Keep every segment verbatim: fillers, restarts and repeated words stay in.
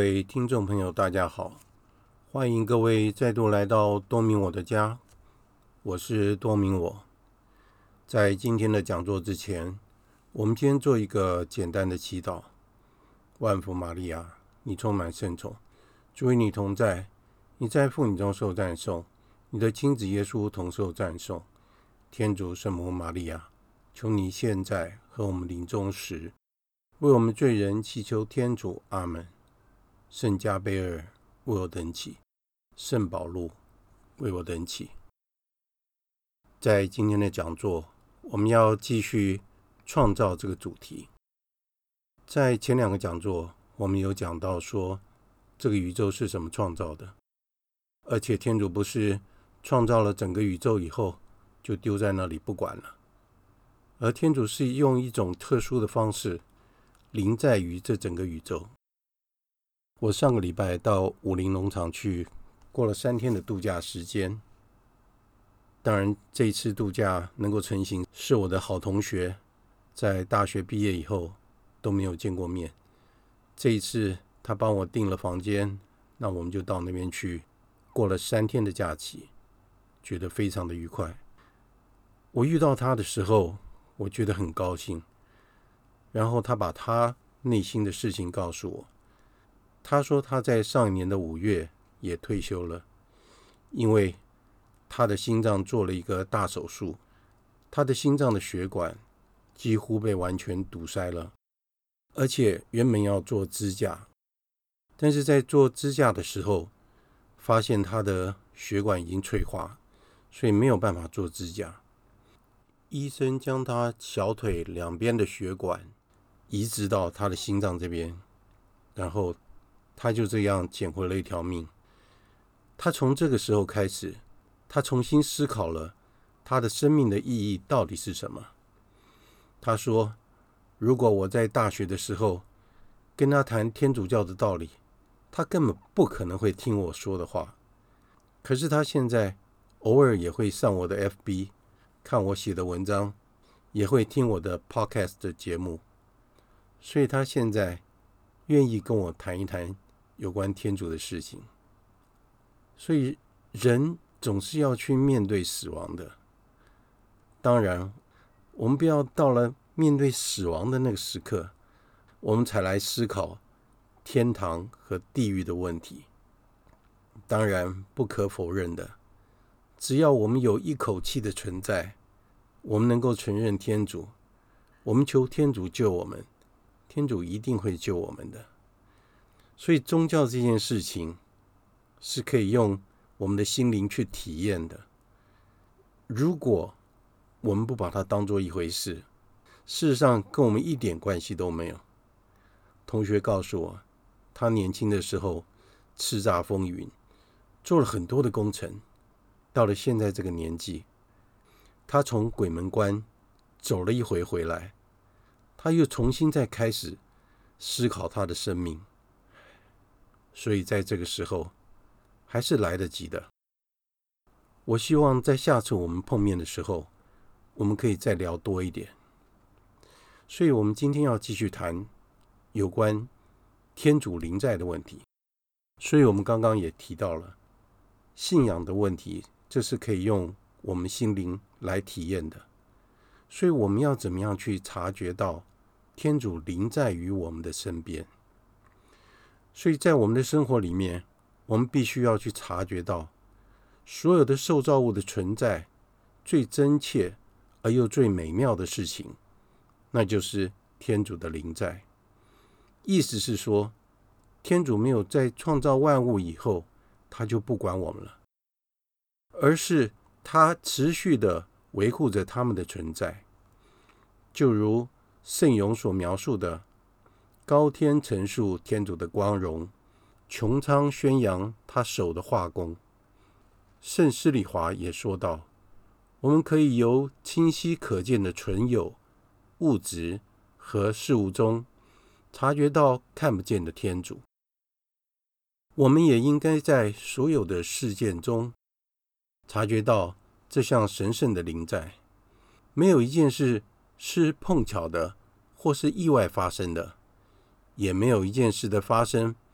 位听众朋友大家好，欢迎各位再度来到多明我的家，我是多明我。在今天的讲座之前，我们今天做一个简单的祈祷。万福玛利亚，你充满圣宠，主与你同在，你在父女中受赞颂，你的亲子耶稣同受赞颂。天主圣母玛利亚，求你现在和我们临终时，为我们罪人祈求天主。阿们。圣加贝尔，为我等起；圣保禄，为我等起。在今天的讲座，我们要继续创造这个主题。在前两个讲座，我们有讲到说，这个宇宙是什么创造的，而且天主不是创造了整个宇宙以后就丢在那里不管了，而天主是用一种特殊的方式临在于这整个宇宙。我上个礼拜到武陵农场去过了三天的度假时间，当然这一次度假能够成行，是我的好同学在大学毕业以后都没有见过面，这一次他帮我订了房间，那我们就到那边去过了三天的假期，觉得非常的愉快。我遇到他的时候，我觉得很高兴，然后他把他内心的事情告诉我。他说他在上一年的五月也退休了，因为他的心脏做了一个大手术，他的心脏的血管几乎被完全堵塞了，而且原本要做支架，但是在做支架的时候发现他的血管已经脆化，所以没有办法做支架。医生将他小腿两边的血管移植到他的心脏这边，然后他就这样捡回了一条命。他从这个时候开始，他重新思考了他的生命的意义到底是什么。他说，如果我在大学的时候跟他谈天主教的道理，他根本不可能会听我说的话。可是他现在偶尔也会上我的 F B 看我写的文章，也会听我的 Podcast 的节目，所以他现在愿意跟我谈一谈有关天主的事情。所以人总是要去面对死亡的，当然我们不要到了面对死亡的那个时刻，我们才来思考天堂和地狱的问题。当然不可否认的，只要我们有一口气的存在，我们能够承认天主，我们求天主救我们，天主一定会救我们的。所以宗教这件事情是可以用我们的心灵去体验的。如果我们不把它当作一回事，事实上跟我们一点关系都没有。同学告诉我，他年轻的时候叱咤风云，做了很多的工程，到了现在这个年纪，他从鬼门关走了一回回来，他又重新再开始思考他的生命。所以在这个时候还是来得及的。我希望在下次我们碰面的时候，我们可以再聊多一点。所以我们今天要继续谈有关天主临在的问题。所以我们刚刚也提到了信仰的问题，这是可以用我们心灵来体验的。所以我们要怎么样去察觉到天主临在于我们的身边？所以在我们的生活里面，我们必须要去察觉到所有的受造物的存在，最真切而又最美妙的事情，那就是天主的临在。意思是说，天主没有在创造万物以后他就不管我们了，而是他持续的维护着他们的存在。就如圣咏所描述的，高天陈述天主的光荣，穹苍宣扬他手的画工。圣施礼华也说道，我们可以由清晰可见的存有、物质和事物中察觉到看不见的天主。我们也应该在所有的事件中察觉到这项神圣的临在。没有一件事是碰巧的或是意外发生的，也没有一件事的发生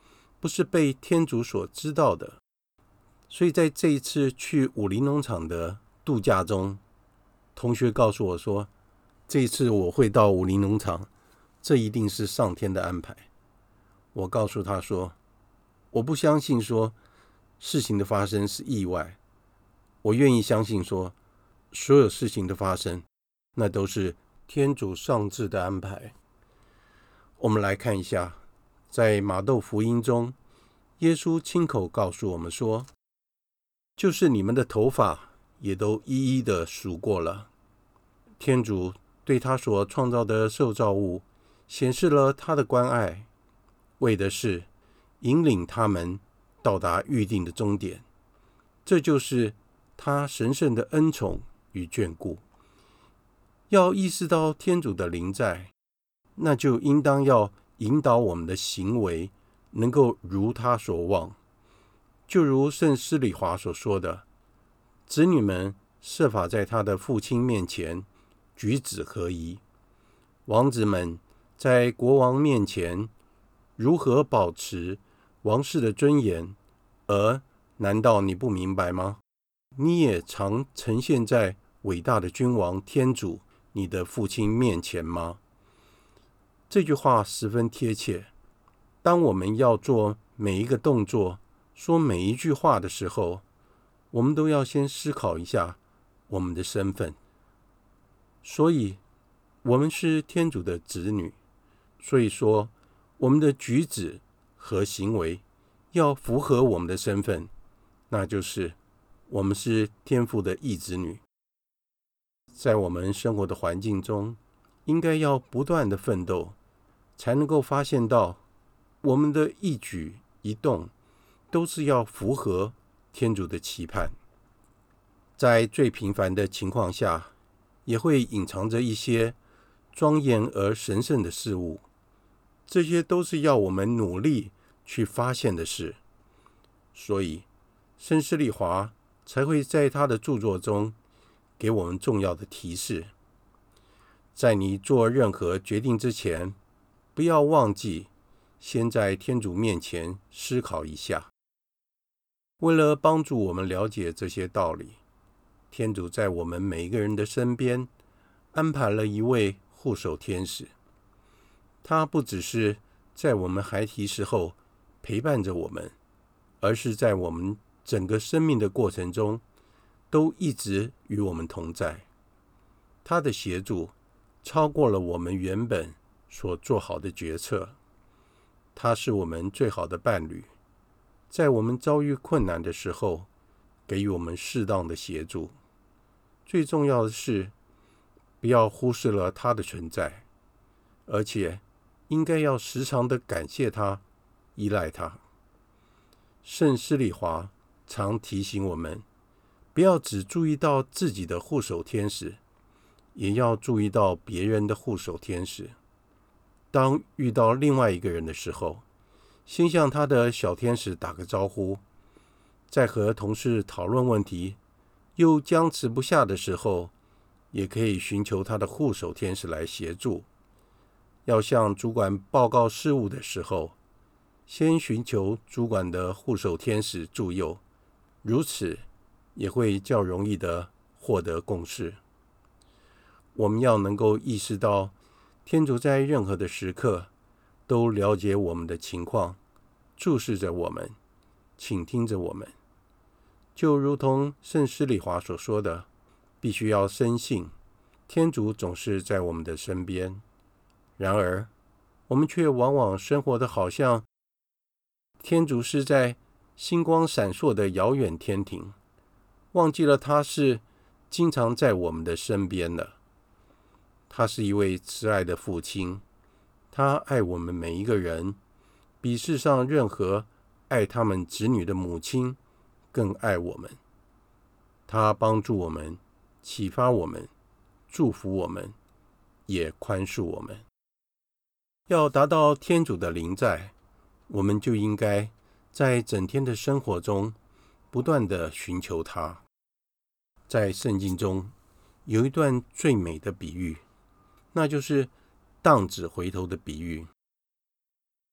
不是被天主所知道的。所以在这一次去武林农场的度假中，同学告诉我说，这一次我会到武林农场，这一定是上天的安排。我告诉他说，我不相信说事情的发生是意外，我愿意相信说所有事情的发生，那都是天主上智的安排。我们来看一下，在马窦福音中，耶稣亲口告诉我们说，就是你们的头发也都一一的数过了。天主对他所创造的受造物显示了他的关爱，为的是引领他们到达预定的终点。这就是他神圣的恩宠与眷顾。要意识到天主的临在，那就应当要引导我们的行为能够如他所望。就如圣施礼华所说的，子女们设法在他的父亲面前举止合宜，王子们在国王面前如何保持王室的尊严，而难道你不明白吗？你也常呈现在伟大的君王天主你的父亲面前吗？这句话十分贴切。当我们要做每一个动作，说每一句话的时候，我们都要先思考一下我们的身份。所以我们是天主的子女，所以说我们的举止和行为要符合我们的身份，那就是我们是天父的义子女。在我们生活的环境中，应该要不断的奋斗，才能够发现到我们的一举一动都是要符合天主的期盼。在最平凡的情况下，也会隐藏着一些庄严而神圣的事物，这些都是要我们努力去发现的事。所以圣施礼华才会在他的著作中给我们重要的提示。在你做任何决定之前，不要忘记先在天主面前思考一下。为了帮助我们了解这些道理，天主在我们每一个人的身边安排了一位护守天使。他不只是在我们孩提时候陪伴着我们，而是在我们整个生命的过程中都一直与我们同在。他的协助超过了我们原本所做好的决策。他是我们最好的伴侣，在我们遭遇困难的时候给予我们适当的协助。最重要的是，不要忽视了他的存在，而且应该要时常的感谢他，依赖他。圣施礼华常提醒我们，不要只注意到自己的护守天使，也要注意到别人的护守天使。当遇到另外一个人的时候，先向他的小天使打个招呼。在和同事讨论问题又僵持不下的时候，也可以寻求他的护守天使来协助。要向主管报告事务的时候，先寻求主管的护守天使助佑，如此也会较容易的获得共识。我们要能够意识到，天主在任何的时刻都了解我们的情况，注视着我们，倾听着我们。就如同圣施礼华所说的，必须要深信天主总是在我们的身边。然而我们却往往生活的好像天主是在星光闪烁的遥远天庭，忘记了他是经常在我们的身边了。他是一位慈爱的父亲，他爱我们每一个人，比世上任何爱他们子女的母亲更爱我们。他帮助我们，启发我们，祝福我们，也宽恕我们。要达到天主的临在，我们就应该在整天的生活中不断的寻求他。在圣经中有一段最美的比喻，那就是荡子回头的比喻。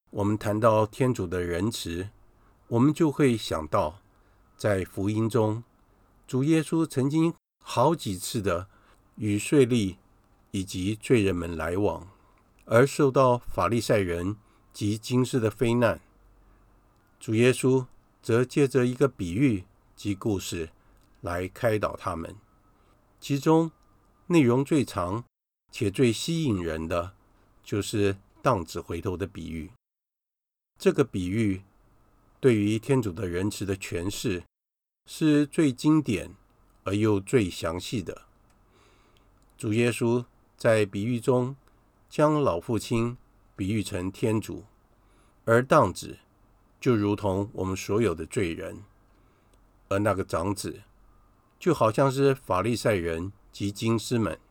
我们谈到天主的仁慈，我们就会想到，在福音中，主耶稣曾经好几次的与税吏以及罪人们来往，而受到法利赛人及经师的非难。主耶稣则借着一个比喻及故事来开导他们，其中内容最长且最吸引人的就是荡子回头的比喻。这个比喻对于天主的仁慈的诠释是最经典而又最详细的。主耶稣在比喻中将老父亲比喻成天主，而荡子就如同我们所有的罪人，而那个长子就好像是法利赛人及经师们。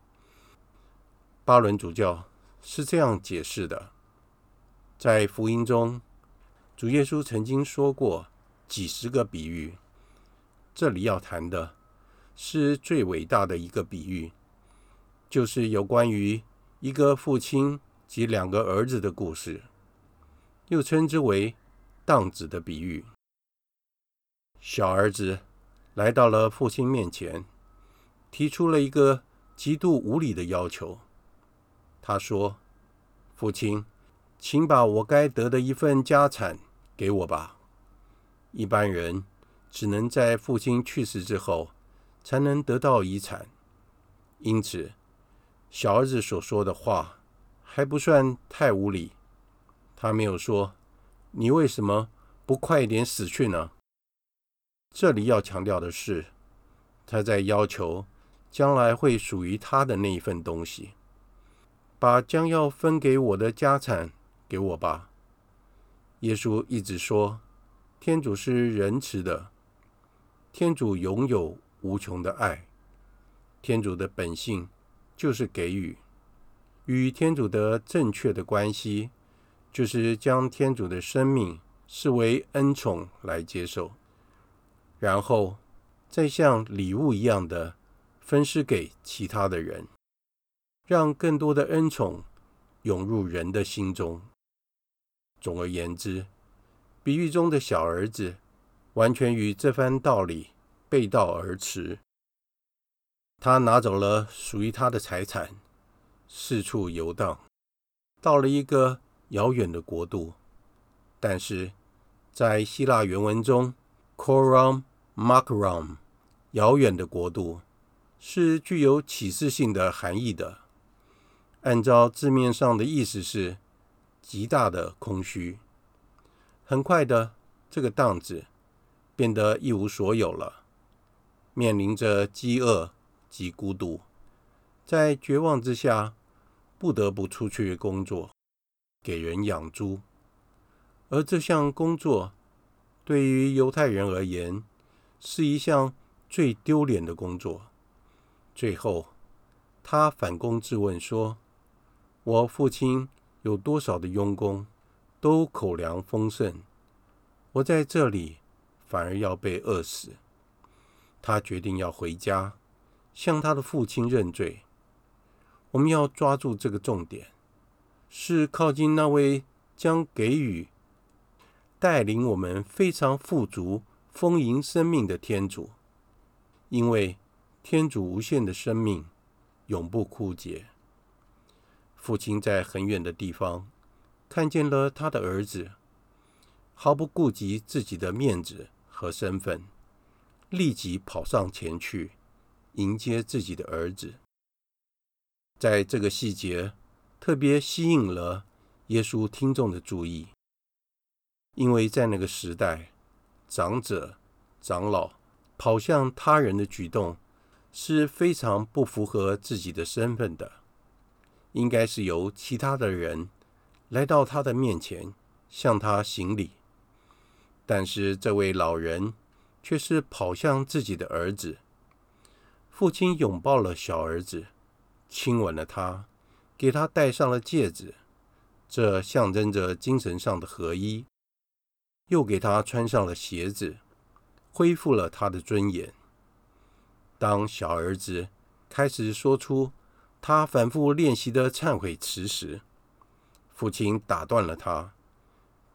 巴伦主教是这样解释的：在福音中，主耶稣曾经说过几十个比喻，这里要谈的是最伟大的一个比喻，就是有关于一个父亲及两个儿子的故事，又称之为荡子的比喻。小儿子来到了父亲面前，提出了一个极度无理的要求。他说：父亲，请把我该得的一份家产给我吧。一般人只能在父亲去世之后才能得到遗产，因此小儿子所说的话还不算太无理。他没有说你为什么不快一点死去呢？这里要强调的是，他在要求将来会属于他的那一份东西。把将要分给我的家产给我吧。耶稣一直说，天主是仁慈的，天主拥有无穷的爱，天主的本性就是给予。与天主的正确的关系，就是将天主的生命视为恩宠来接受，然后再像礼物一样的分施给其他的人，让更多的恩宠涌入人的心中。总而言之，比喻中的小儿子完全与这番道理背道而驰。他拿走了属于他的财产，四处游荡，到了一个遥远的国度。但是在希腊原文中 Coram Makaram 遥远的国度是具有启示性的含义的。按照字面上的意思是极大的空虚。很快的，这个荡子变得一无所有了，面临着饥饿及孤独，在绝望之下不得不出去工作，给人养猪。而这项工作对于犹太人而言是一项最丢脸的工作。最后他反躬自问说，我父亲有多少的佣工都口粮丰盛，我在这里反而要被饿死。他决定要回家向他的父亲认罪。我们要抓住这个重点，是靠近那位将给予带领我们非常富足丰盈生命的天主，因为天主无限的生命永不枯竭。父亲在很远的地方看见了他的儿子，毫不顾及自己的面子和身份，立即跑上前去迎接自己的儿子。在这个细节特别吸引了耶稣听众的注意，因为在那个时代，长者、长老跑向他人的举动是非常不符合自己的身份的，应该是由其他的人来到他的面前向他行礼。但是这位老人却是跑向自己的儿子。父亲拥抱了小儿子，亲吻了他，给他戴上了戒指，这象征着精神上的合一，又给他穿上了鞋子，恢复了他的尊严。当小儿子开始说出他反复练习的忏悔词时，父亲打断了他，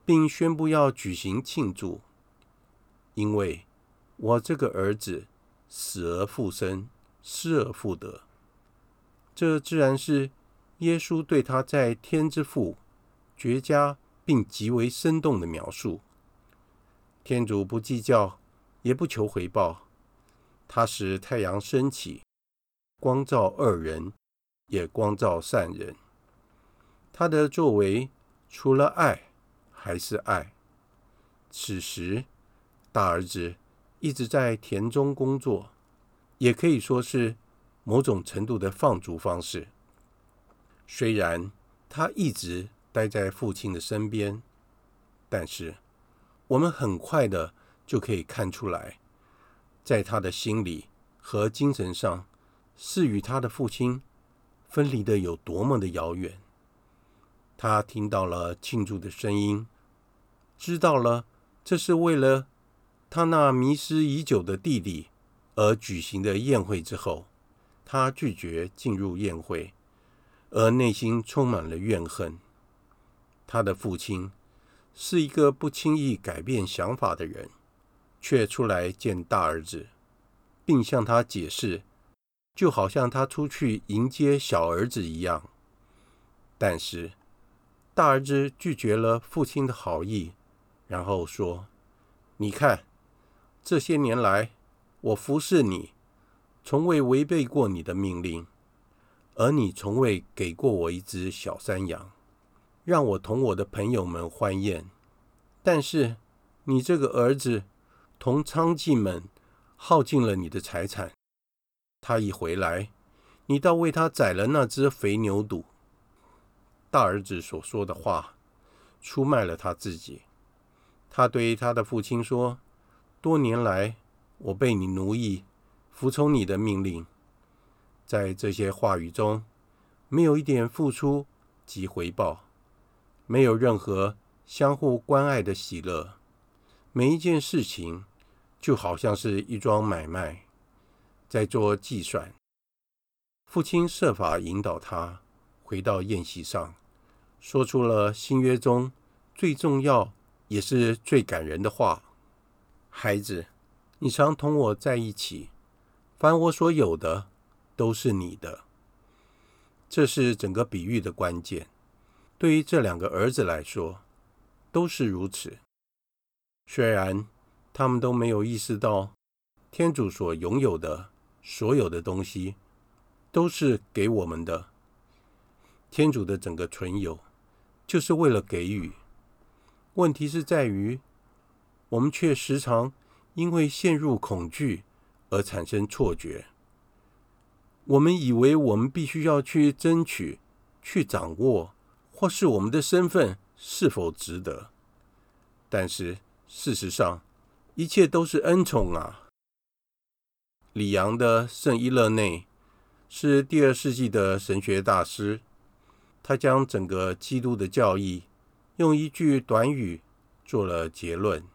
并宣布要举行庆祝，因为我这个儿子死而复生，失而复得。这自然是耶稣对他在天之父绝佳并极为生动的描述。天主不计较，也不求回报，他使太阳升起，光照恶人，也光照善人。他的作为除了爱还是爱。此时大儿子一直在田中工作，也可以说是某种程度的放逐方式。虽然他一直待在父亲的身边，但是我们很快的就可以看出来，在他的心里和精神上是与他的父亲分离的有多么的遥远。他听到了庆祝的声音，知道了这是为了他那迷失已久的弟弟而举行的宴会之后，他拒绝进入宴会，而内心充满了怨恨。他的父亲是一个不轻易改变想法的人，却出来见大儿子，并向他解释，就好像他出去迎接小儿子一样。但是大儿子拒绝了父亲的好意，然后说：你看，这些年来我服侍你，从未违背过你的命令，而你从未给过我一只小山羊，让我同我的朋友们欢宴。但是你这个儿子同娼妓们耗尽了你的财产，他一回来，你倒为他宰了那只肥牛犊。大儿子所说的话出卖了他自己。他对他的父亲说：多年来我被你奴役，服从你的命令。在这些话语中，没有一点付出及回报，没有任何相互关爱的喜乐。每一件事情就好像是一桩买卖，在做计算。父亲设法引导他回到宴席上，说出了新约中最重要也是最感人的话：孩子，你常同我在一起，凡我所有的都是你的。这是整个比喻的关键。对于这两个儿子来说，都是如此。虽然他们都没有意识到，天主所拥有的所有的东西都是给我们的。天主的整个存有就是为了给予。问题是在于，我们却时常因为陷入恐惧而产生错觉。我们以为我们必须要去争取、去掌握，或是我们的身份是否值得。但是事实上，一切都是恩宠啊。里昂的圣伊勒内是第二世纪的神学大师，他将整个基督的教义用一句短语做了结论：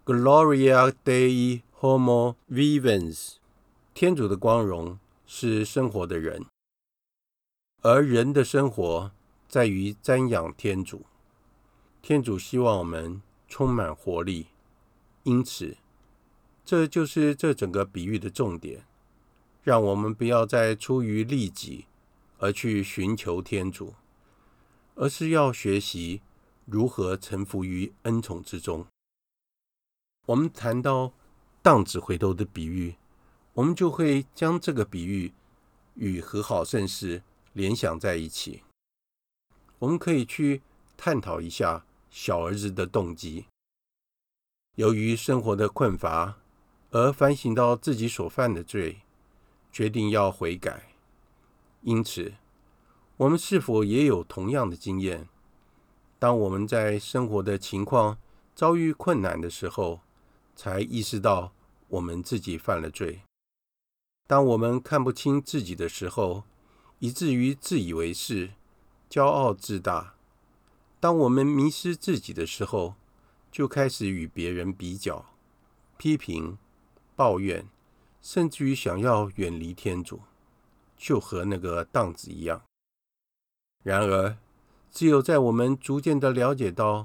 Gloria Dei Homo Vivens。 天主的光荣是生活的人，而人的生活在于瞻仰天主。天主希望我们充满活力，因此这就是这整个比喻的重点，让我们不要再出于利己而去寻求天主，而是要学习如何臣服于恩宠之中。我们谈到荡子回头的比喻，我们就会将这个比喻与和好圣事联想在一起。我们可以去探讨一下小儿子的动机。由于生活的困乏，而反省到自己所犯的罪，决定要悔改。因此，我们是否也有同样的经验？当我们在生活的情况遭遇困难的时候，才意识到我们自己犯了罪。当我们看不清自己的时候，以至于自以为是、骄傲自大。当我们迷失自己的时候，就开始与别人比较、批评、抱怨，甚至于想要远离天主，就和那个荡子一样。然而，只有在我们逐渐的了解到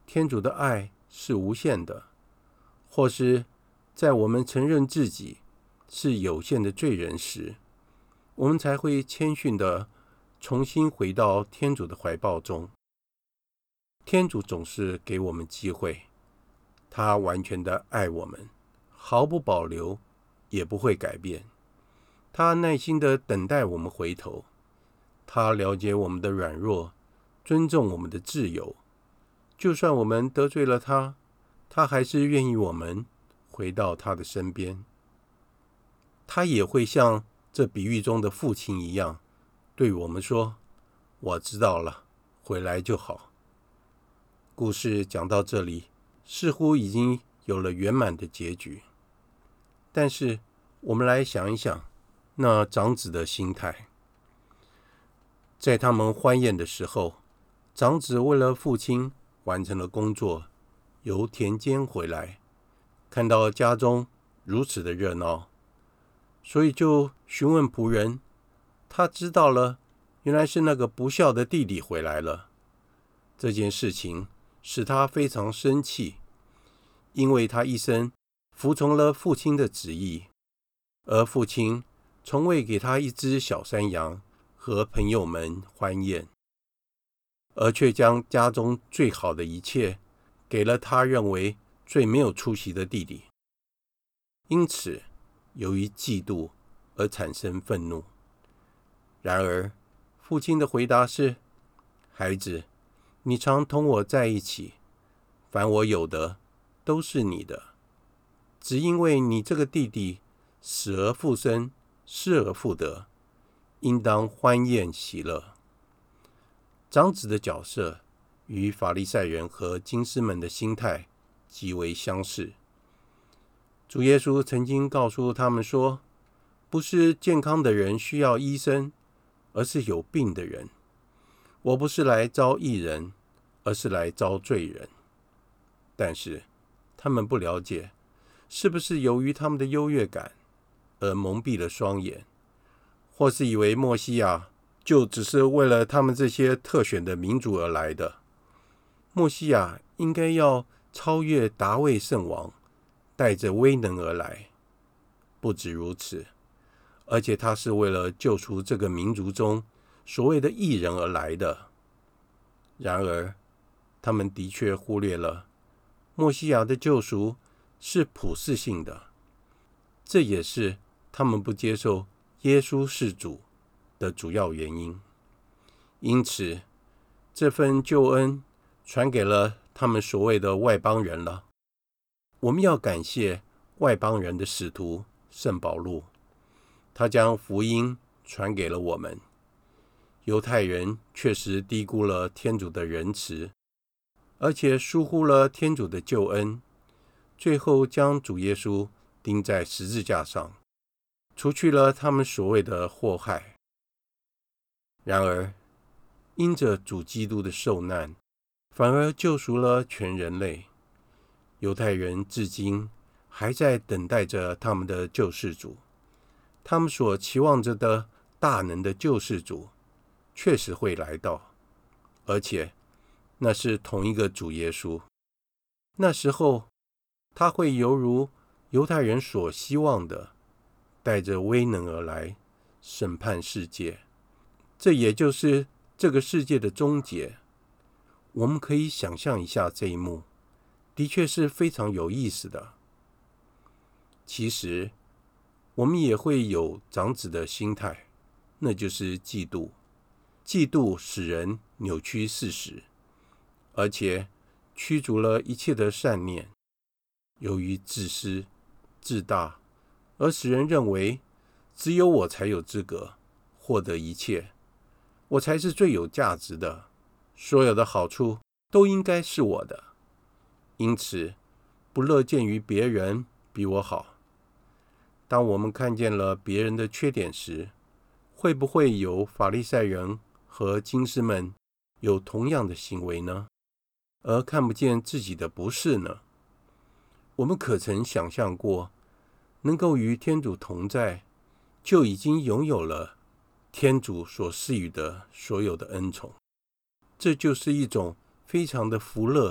天主的爱是无限的，或是在我们承认自己是有限的罪人时，我们才会谦逊地重新回到天主的怀抱中。天主总是给我们机会，他完全的爱我们，毫不保留，也不会改变。他耐心地等待我们回头，他了解我们的软弱，尊重我们的自由。就算我们得罪了他，他还是愿意我们回到他的身边。他也会像这比喻中的父亲一样，对我们说：我知道了，回来就好。故事讲到这里，似乎已经有了圆满的结局。但是我们来想一想，那长子的心态。在他们欢宴的时候，长子为了父亲完成了工作，由田间回来，看到家中如此的热闹，所以就询问仆人。他知道了，原来是那个不孝的弟弟回来了。这件事情使他非常生气，因为他一生服从了父亲的旨意，而父亲从未给他一只小山羊和朋友们欢宴，而却将家中最好的一切给了他认为最没有出息的弟弟。因此，由于嫉妒而产生愤怒。然而，父亲的回答是：孩子，你常同我在一起，凡我有的都是你的，只因为你这个弟弟死而复生，失而复得，应当欢宴喜乐。长子的角色与法利赛人和经师们的心态极为相似。主耶稣曾经告诉他们说，不是健康的人需要医生，而是有病的人。我不是来招义人，而是来招罪人。但是他们不了解，是不是由于他们的优越感而蒙蔽了双眼，或是以为默西亚就只是为了他们这些特选的民族而来的。默西亚应该要超越达味圣王，带着威能而来。不止如此，而且他是为了救赎这个民族中所谓的义人而来的。然而，他们的确忽略了默西亚的救赎是普世性的，这也是他们不接受耶稣是主的主要原因。因此，这份救恩传给了他们所谓的外邦人了。我们要感谢外邦人的使徒圣保禄，他将福音传给了我们。犹太人确实低估了天主的仁慈，而且疏忽了天主的救恩，最后将主耶稣钉在十字架上，除去了他们所谓的祸害。然而，因着主基督的受难，反而救赎了全人类。犹太人至今还在等待着他们的救世主，他们所期望着的大能的救世主确实会来到，而且那是同一个主耶稣。那时候，他会犹如犹太人所希望的，带着威能而来，审判世界。这也就是这个世界的终结。我们可以想象一下这一幕，的确是非常有意思的。其实，我们也会有长子的心态，那就是嫉妒。嫉妒使人扭曲事实，而且驱逐了一切的善念。由于自私、自大，而使人认为只有我才有资格获得一切，我才是最有价值的，所有的好处都应该是我的。因此，不乐见于别人比我好。当我们看见了别人的缺点时，会不会有法利赛人和经师们有同样的行为呢？而看不见自己的不是呢？我们可曾想象过，能够与天主同在，就已经拥有了天主所赐予的所有的恩宠。这就是一种非常的福乐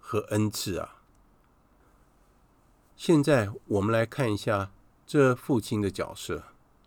和恩赐啊！现在我们来看一下这父亲的角色。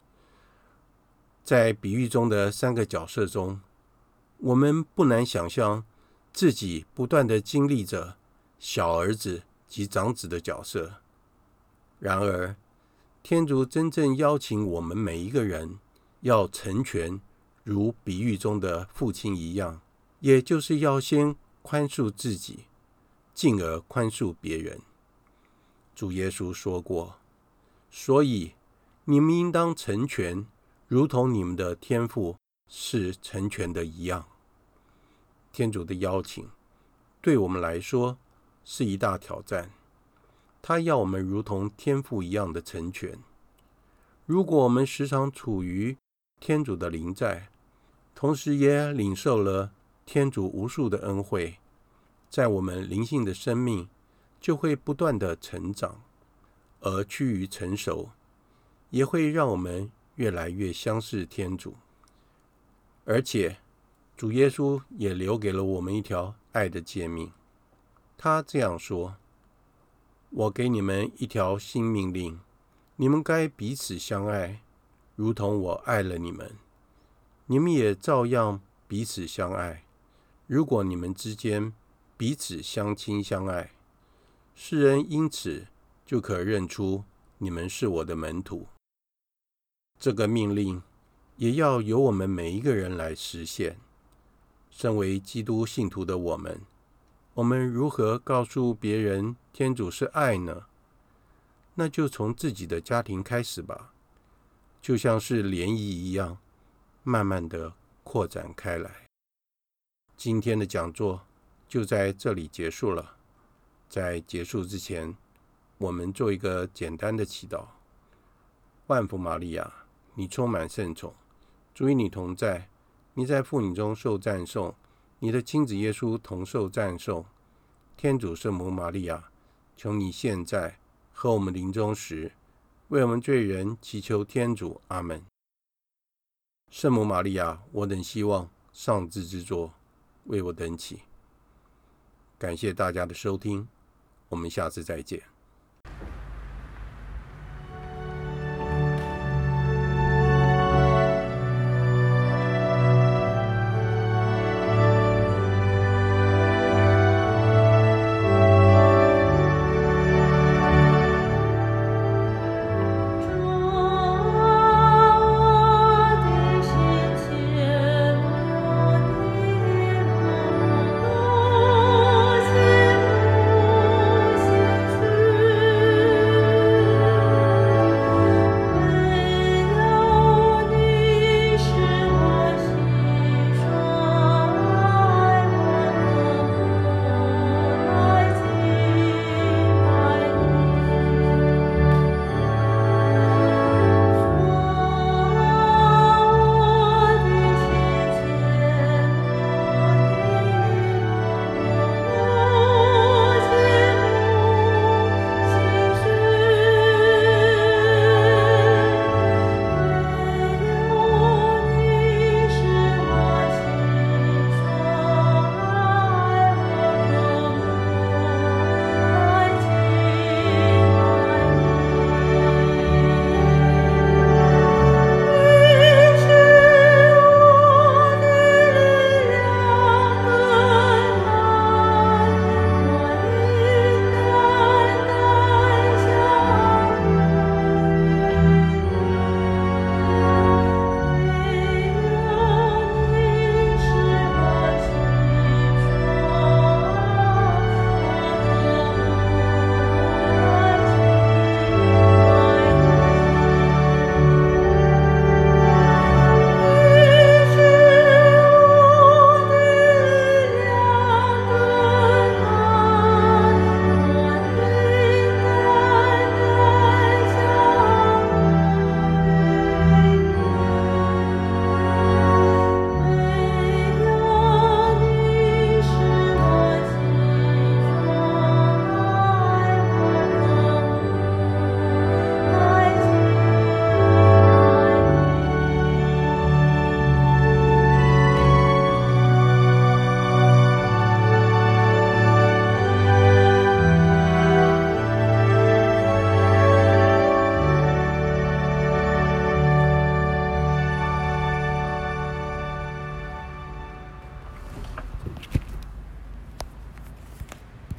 在比喻中的三个角色中，我们不难想象自己不断地经历着小儿子及长子的角色。然而，天主真正邀请我们每一个人要成全，如比喻中的父亲一样，也就是要先宽恕自己，进而宽恕别人。主耶稣说过，所以你们应当成全，如同你们的天父是成全的一样。天主的邀请对我们来说是一大挑战，他要我们如同天父一样的成全。如果我们时常处于天主的临在，同时也领受了天主无数的恩惠，在我们灵性的生命就会不断的成长，而趋于成熟，也会让我们越来越相似天主。而且主耶稣也留给了我们一条爱的诫命，他这样说，我给你们一条新命令，你们该彼此相爱，如同我爱了你们，你们也照样彼此相爱。如果你们之间彼此相亲相爱，世人因此就可认出你们是我的门徒。这个命令也要由我们每一个人来实现。身为基督信徒的我们，我们如何告诉别人天主是爱呢？那就从自己的家庭开始吧，就像是涟漪一样，慢慢的扩展开来。今天的讲座就在这里结束了。在结束之前，我们做一个简单的祈祷。万福玛利亚，你充满圣宠，主与你同在，你在妇女中受赞颂，你的亲子耶稣同受赞颂。天主圣母玛利亚，求你现在和我们临终时，为我们罪人祈求天主。阿们。圣母玛利亚，我等希望上至之作，为我等祈。感谢大家的收听，我们下次再见。